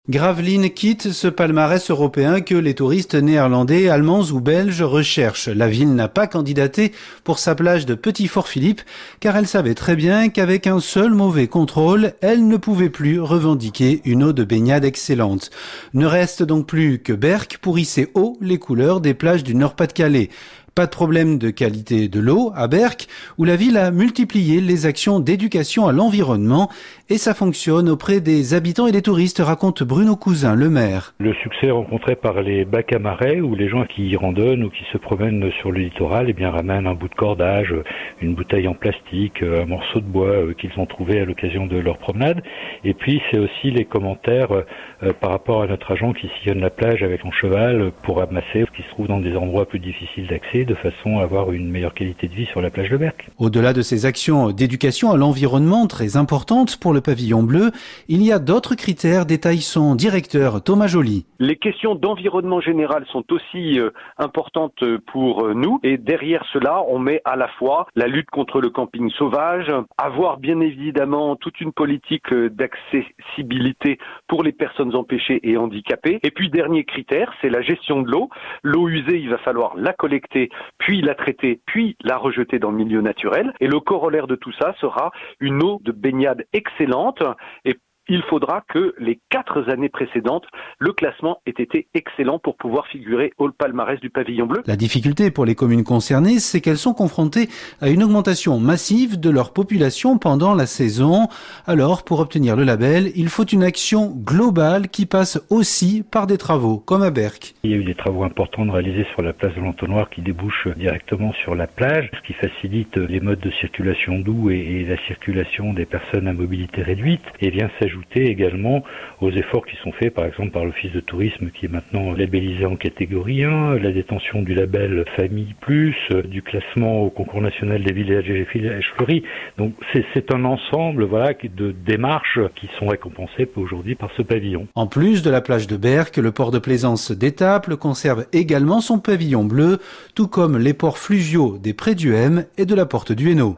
Gravelines quitte ce palmarès européen que les touristes néerlandais, allemands ou belges recherchent. La ville n'a pas candidaté pour sa plage de Petit-Fort-Philippe car elle savait très bien qu'avec un seul mauvais contrôle, elle ne pouvait plus revendiquer une eau de baignade excellente. Ne reste donc plus que Berck pour hisser haut les couleurs des plages du Nord-Pas-de-Calais. Pas de problème de qualité de l'eau à Berck, où la ville a multiplié les actions d'éducation à l'environnement et ça fonctionne auprès des habitants et des touristes, raconte Bruno Cousin, le maire. Le succès rencontré par les bacs à marais où les gens qui y randonnent ou qui se promènent sur le littoral ramènent un bout de cordage, une bouteille en plastique, un morceau de bois qu'ils ont trouvé à l'occasion de leur promenade. Et puis c'est aussi les commentaires par rapport à notre agent qui sillonne la plage avec son cheval pour amasser ce qui se trouve dans des endroits plus difficiles d'accès, de façon à avoir une meilleure qualité de vie sur la plage de Berck. Au-delà de ces actions d'éducation à l'environnement très importantes pour le pavillon bleu, il y a d'autres critères, détaille son directeur Thomas Joly. Les questions d'environnement général sont aussi importantes pour nous et derrière cela, on met à la fois la lutte contre le camping sauvage, avoir bien évidemment toute une politique d'accessibilité pour les personnes empêchées et handicapées. Et puis dernier critère, c'est la gestion de l'eau. L'eau usée, il va falloir la collecter, puis la traiter, puis la rejeter dans le milieu naturel. Et le corollaire de tout ça sera une eau de baignade excellente. Et il faudra que les 4 années précédentes, le classement ait été excellent pour pouvoir figurer au palmarès du pavillon bleu. La difficulté pour les communes concernées, c'est qu'elles sont confrontées à une augmentation massive de leur population pendant la saison. Alors, pour obtenir le label, il faut une action globale qui passe aussi par des travaux, comme à Berck. Il y a eu des travaux importants de réalisés sur la place de l'Entonnoir qui débouchent directement sur la plage, ce qui facilite les modes de circulation doux et la circulation des personnes à mobilité réduite, et vient s'ajouter également aux efforts qui sont faits par exemple par l'Office de tourisme qui est maintenant labellisé en catégorie 1, la détention du label Famille Plus, du classement au concours national des villages et villages fleuris. Donc c'est un ensemble de démarches qui sont récompensées aujourd'hui par ce pavillon. En plus de la plage de Berck, le port de plaisance d'Étaples conserve également son pavillon bleu, tout comme les ports fluviaux des Prés du M et de la Porte du Hainaut.